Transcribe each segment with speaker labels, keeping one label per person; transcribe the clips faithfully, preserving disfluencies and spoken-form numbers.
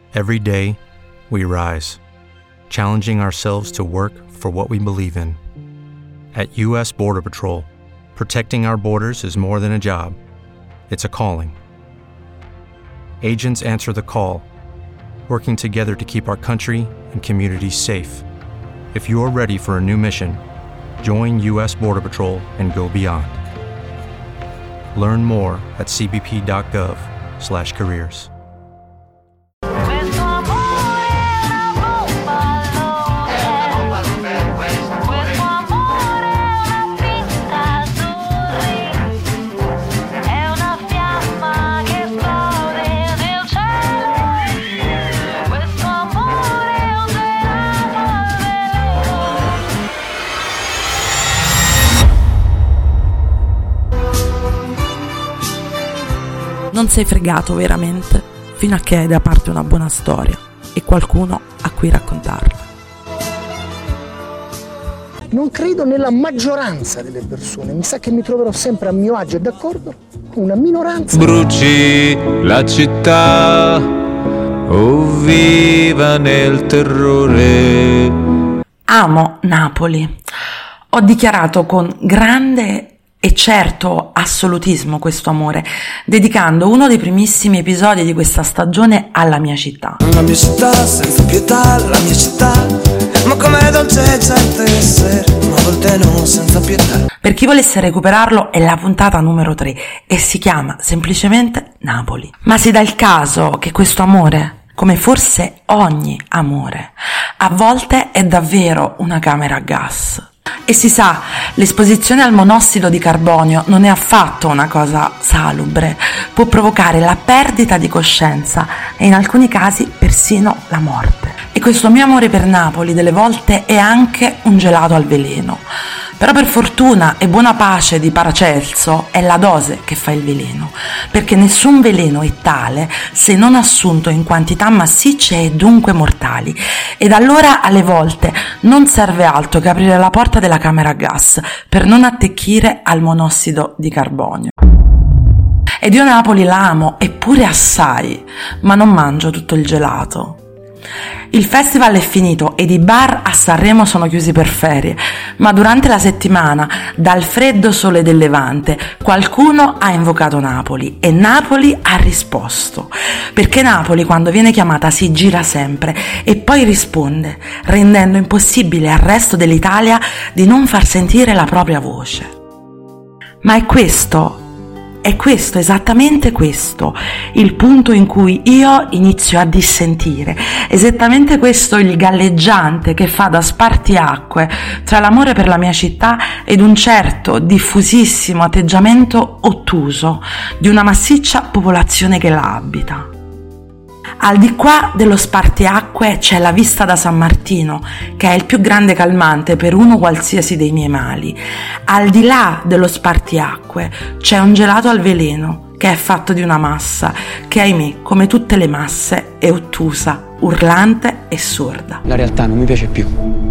Speaker 1: Every day, we rise, challenging ourselves to work for what we believe in. At U S Border Patrol, protecting our borders is more than a job. It's a calling. Agents answer the call, working together to keep our country and communities safe. If you're ready for a new mission, join U S Border Patrol and go beyond. Learn more at c b p dot gov slash careers.
Speaker 2: Non sei fregato veramente, fino a che hai da parte una buona storia e qualcuno a cui raccontarla.
Speaker 3: Non credo nella maggioranza delle persone, mi sa che mi troverò sempre a mio agio e d'accordo con una minoranza.
Speaker 4: Bruci la città, oh viva nel terrore.
Speaker 2: Amo Napoli. Ho dichiarato con grande e certo assolutismo questo amore, dedicando uno dei primissimi episodi di questa stagione alla mia città.
Speaker 5: La mia città senza pietà, la mia città, ma com'è dolce e certo essere, ma a volte no, senza pietà.
Speaker 2: Per chi volesse recuperarlo è la puntata numero tre e si chiama semplicemente Napoli. Ma si dà il caso che questo amore, come forse ogni amore, a volte è davvero una camera a gas. E si sa, l'esposizione al monossido di carbonio non è affatto una cosa salubre, può provocare la perdita di coscienza e in alcuni casi persino la morte. E questo mio amore per Napoli delle volte è anche un gelato al veleno. Però per fortuna e buona pace di Paracelso è la dose che fa il veleno, perché nessun veleno è tale se non assunto in quantità massicce e dunque mortali. Ed allora alle volte non serve altro che aprire la porta della camera a gas per non attecchire al monossido di carbonio. Ed io Napoli la amo, eppure assai, ma non mangio tutto il gelato. Il festival è finito ed i bar a Sanremo sono chiusi per ferie, ma durante la settimana, dal freddo sole del Levante, qualcuno ha invocato Napoli e Napoli ha risposto, perché Napoli quando viene chiamata si gira sempre e poi risponde, rendendo impossibile al resto dell'Italia di non far sentire la propria voce. Ma è questo È questo, esattamente questo, il punto in cui io inizio a dissentire. Esattamente questo il galleggiante che fa da spartiacque tra l'amore per la mia città ed un certo diffusissimo atteggiamento ottuso di una massiccia popolazione che la abita. Al di qua dello spartiacque c'è la vista da San Martino, che è il più grande calmante per uno qualsiasi dei miei mali. Al di là dello spartiacque c'è un gelato al veleno, che è fatto di una massa, che ahimè, come tutte le masse, è ottusa, urlante e sorda.
Speaker 6: La realtà non mi piace più.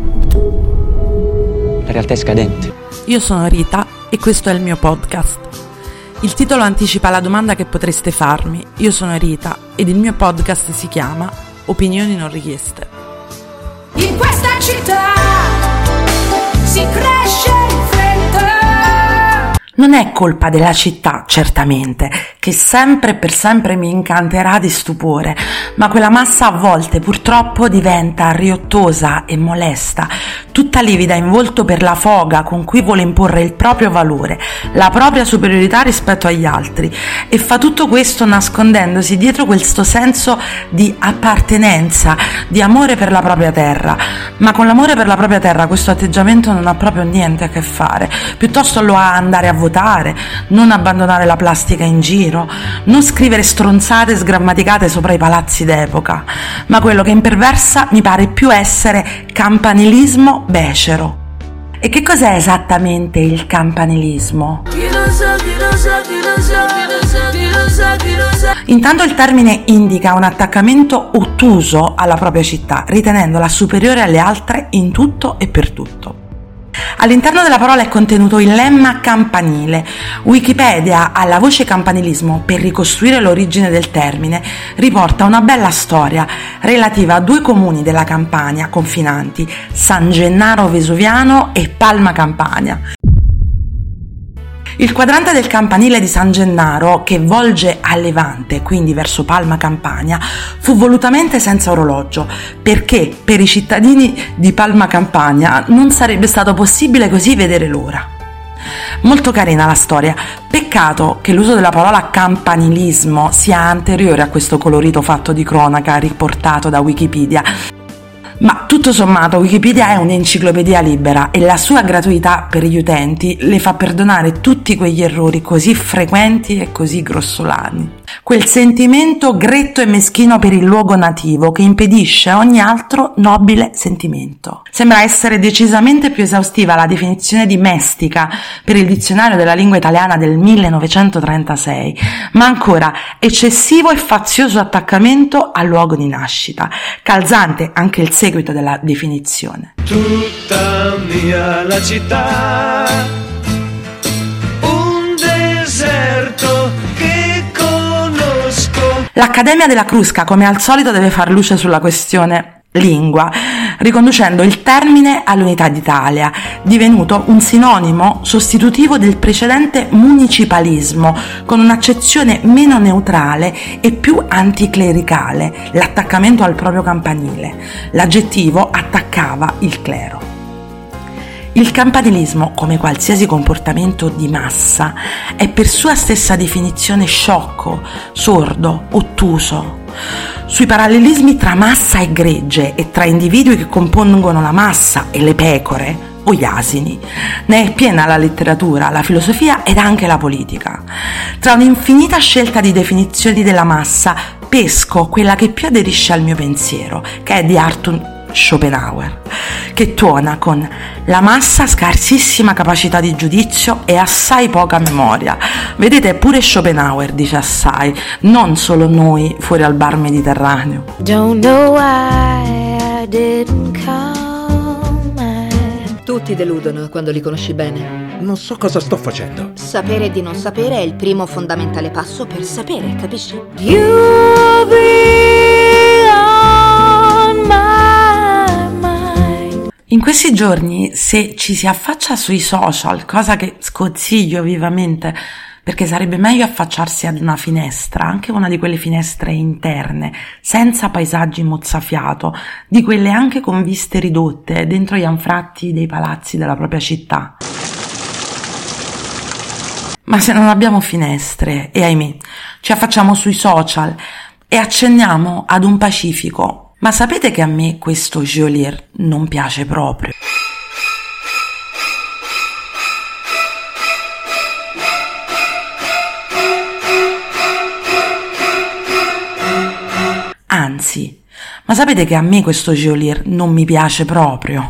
Speaker 6: La realtà è scadente.
Speaker 2: Io sono Rita e questo è il mio podcast. Il titolo anticipa la domanda che potreste farmi. Io sono Rita ed il mio podcast si chiama Opinioni non richieste.
Speaker 7: In questa città si cresce in fretta.
Speaker 2: Non è colpa della città, certamente, che sempre e per sempre mi incanterà di stupore, ma quella massa a volte purtroppo diventa riottosa e molesta, tutta livida in volto per la foga con cui vuole imporre il proprio valore, la propria superiorità rispetto agli altri, e fa tutto questo nascondendosi dietro questo senso di appartenenza, di amore per la propria terra. Ma con l'amore per la propria terra questo atteggiamento non ha proprio niente a che fare, piuttosto lo ha andare a votare, non abbandonare la plastica in giro, non scrivere stronzate sgrammaticate sopra i palazzi d'epoca, ma quello che imperversa mi pare più essere campanilismo becero. E che cos'è esattamente il campanilismo? Intanto il termine indica un attaccamento ottuso alla propria città, ritenendola superiore alle altre in tutto e per tutto. All'interno della parola è contenuto il lemma campanile. Wikipedia, alla voce campanilismo, per ricostruire l'origine del termine, riporta una bella storia relativa a due comuni della Campania confinanti, San Gennaro Vesuviano e Palma Campania. Il quadrante del campanile di San Gennaro, che volge a levante, quindi verso Palma Campania, fu volutamente senza orologio, perché per i cittadini di Palma Campania non sarebbe stato possibile così vedere l'ora. Molto carina la storia, peccato che l'uso della parola campanilismo sia anteriore a questo colorito fatto di cronaca riportato da Wikipedia. Ma tutto sommato Wikipedia è un'enciclopedia libera e la sua gratuità per gli utenti le fa perdonare tutti quegli errori così frequenti e così grossolani. Quel sentimento gretto e meschino per il luogo nativo che impedisce ogni altro nobile sentimento. Sembra essere decisamente più esaustiva la definizione di mestica per il dizionario della lingua italiana del millenovecentotrentasei, ma ancora eccessivo e fazioso attaccamento al luogo di nascita, calzante anche il seguito della definizione.
Speaker 5: Tutta mia la città, un deserto che conosco.
Speaker 2: L'Accademia della Crusca, come al solito, deve far luce sulla questione lingua, riconducendo il termine all'unità d'Italia, divenuto un sinonimo sostitutivo del precedente municipalismo, con un'accezione meno neutrale e più anticlericale, l'attaccamento al proprio campanile. L'aggettivo attaccava il clero. Il campanilismo, come qualsiasi comportamento di massa, è per sua stessa definizione sciocco, sordo, ottuso. Sui parallelismi tra massa e gregge e tra individui che compongono la massa e le pecore o gli asini ne è piena la letteratura, la filosofia ed anche la politica. Tra un'infinita scelta di definizioni della massa pesco quella che più aderisce al mio pensiero, che è di Arthur Schopenhauer, che tuona con la massa ha scarsissima capacità di giudizio e assai poca memoria. Vedete, pure Schopenhauer dice assai, non solo noi fuori al bar mediterraneo.
Speaker 8: Don't know why I didn't come. Tutti deludono quando li conosci bene.
Speaker 9: Non so cosa sto facendo.
Speaker 10: Sapere di non sapere è il primo fondamentale passo per sapere, capisci?
Speaker 8: You'll be on my.
Speaker 2: In questi giorni, se ci si affaccia sui social, cosa che sconsiglio vivamente, perché sarebbe meglio affacciarsi ad una finestra, anche una di quelle finestre interne, senza paesaggi mozzafiato, di quelle anche con viste ridotte, dentro gli anfratti dei palazzi della propria città. Ma se non abbiamo finestre, e ahimè, ci affacciamo sui social e accenniamo ad un pacifico. Ma sapete che a me questo Geolier non piace proprio? Anzi, ma sapete che a me questo Geolier non mi piace proprio?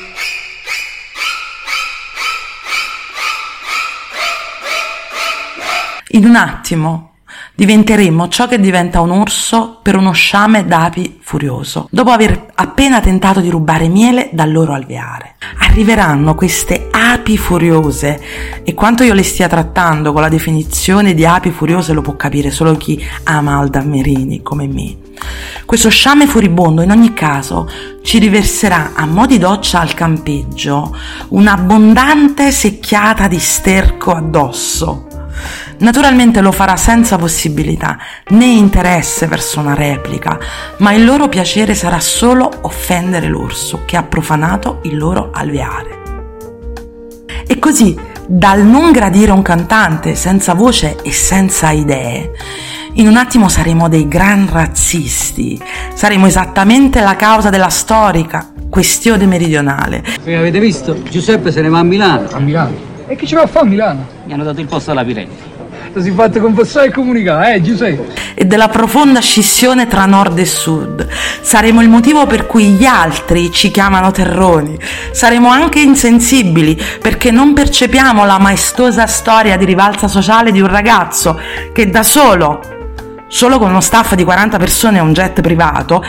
Speaker 2: In un attimo diventeremo ciò che diventa un orso per uno sciame d'api furioso, dopo aver appena tentato di rubare miele dal loro alveare. Arriveranno queste api furiose, e quanto io le stia trattando con la definizione di api furiose lo può capire solo chi ama Alda Merini come me. Questo sciame furibondo in ogni caso ci riverserà a mo' di doccia al campeggio un'abbondante secchiata di sterco addosso. Naturalmente lo farà senza possibilità né interesse verso una replica, ma il loro piacere sarà solo offendere l'orso che ha profanato il loro alveare. E così, dal non gradire un cantante senza voce e senza idee, in un attimo saremo dei gran razzisti, saremo esattamente la causa della storica questione meridionale.
Speaker 11: E avete visto? Giuseppe se ne va a Milano.
Speaker 12: A Milano? E chi ci va a fare a Milano?
Speaker 11: Mi hanno dato il posto alla Pirelli.
Speaker 12: Si è fatto confessare e comunicare, eh Giuseppe?
Speaker 2: E della profonda scissione tra nord e sud. Saremo il motivo per cui gli altri ci chiamano terroni. Saremo anche insensibili perché non percepiamo la maestosa storia di rivalsa sociale di un ragazzo che da solo, solo con uno staff di quaranta persone e un jet privato,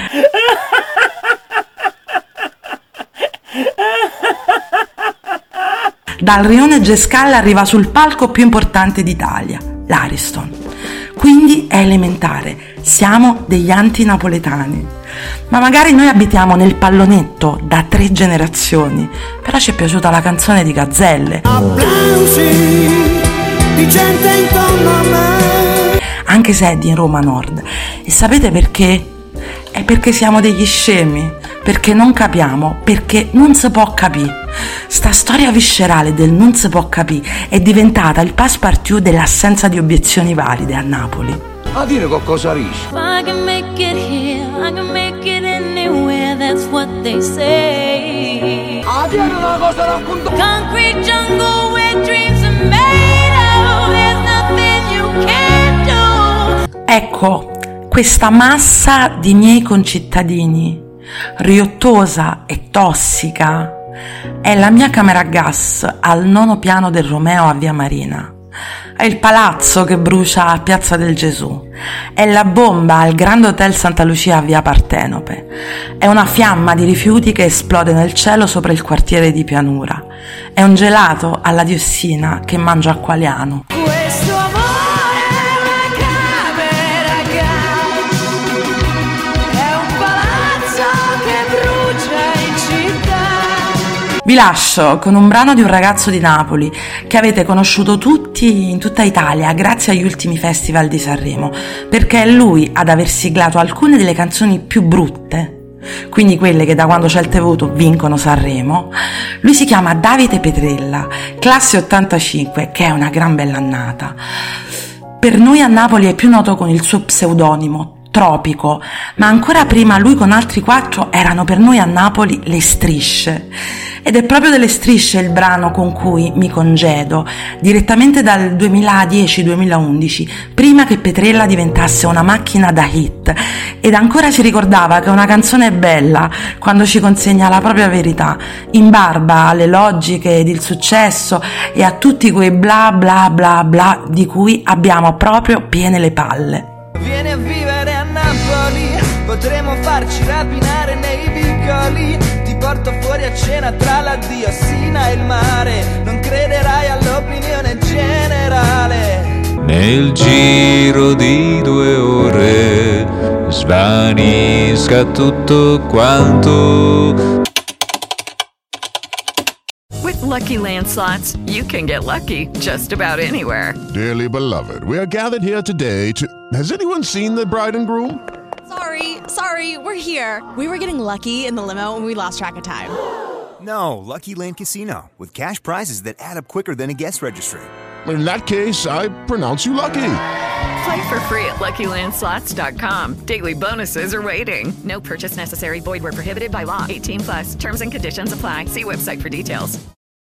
Speaker 2: dal rione Gescalla arriva sul palco più importante d'Italia, l'Ariston. Quindi è elementare, siamo degli antinapoletani. Ma magari noi abitiamo nel pallonetto da tre generazioni, però ci è piaciuta la canzone di Gazzelle.
Speaker 5: Applausi di gente intorno a me.
Speaker 2: Anche se è di Roma Nord. E sapete perché? È perché siamo degli scemi, perché non capiamo, perché non si può capire. Sta storia viscerale del non si può capire è diventata il passepartout dell'assenza di obiezioni valide a Napoli.
Speaker 9: A dire qualcosa riesci.
Speaker 13: I can make it here, I can make it anywhere, that's what they say.
Speaker 9: A dire una cosa racconto.
Speaker 13: Concrete jungle where dreams are made of, there's nothing you can't do.
Speaker 2: Ecco, questa massa di miei concittadini, riottosa e tossica, è la mia camera a gas al nono piano del Romeo a Via Marina. È il palazzo che brucia a Piazza del Gesù. È la bomba al Grand Hotel Santa Lucia a Via Partenope. È una fiamma di rifiuti che esplode nel cielo sopra il quartiere di Pianura. È un gelato alla diossina che mangio a Qualiano.
Speaker 7: Questo amore è una camera a gas, è un palazzo che brucia in città.
Speaker 2: Vi lascio con un brano di un ragazzo di Napoli che avete conosciuto tutti in tutta Italia grazie agli ultimi festival di Sanremo, perché è lui ad aver siglato alcune delle canzoni più brutte, quindi quelle che da quando c'è il T V vincono Sanremo. Lui si chiama Davide Petrella, classe ottantacinque, che è una gran bella annata. Per noi a Napoli è più noto con il suo pseudonimo Tropico, ma ancora prima lui con altri quattro erano per noi a Napoli le Strisce. Ed è proprio delle Strisce il brano con cui mi congedo, direttamente dal duemiladieci duemilaundici, prima che Petrella diventasse una macchina da hit, ed ancora si ricordava che una canzone è bella quando ci consegna la propria verità, in barba alle logiche ed il successo e a tutti quei bla bla bla bla di cui abbiamo proprio piene le palle.
Speaker 5: Vieni a vivere a Napoli, potremo farci rapinare nei vicoli. Ti porto fuori a cena tra la diossina e il mare. Non crederai all'opinione generale.
Speaker 4: Nel giro di due ore svanisca tutto quanto.
Speaker 14: With Lucky Land Slots, you can get lucky just about anywhere.
Speaker 15: Dearly beloved, we are gathered here today to... Has anyone seen the bride and groom?
Speaker 16: Sorry, sorry, we're here. We were getting lucky in the limo and we lost track of time.
Speaker 17: No, Lucky Land Casino, with cash prizes that add up quicker than a guest registry.
Speaker 15: In that case, I pronounce you lucky.
Speaker 14: Play for free at Lucky Land Slots dot com. Daily bonuses are waiting. No purchase necessary. Void where prohibited by law. eighteen plus. Terms and conditions apply. See website for details.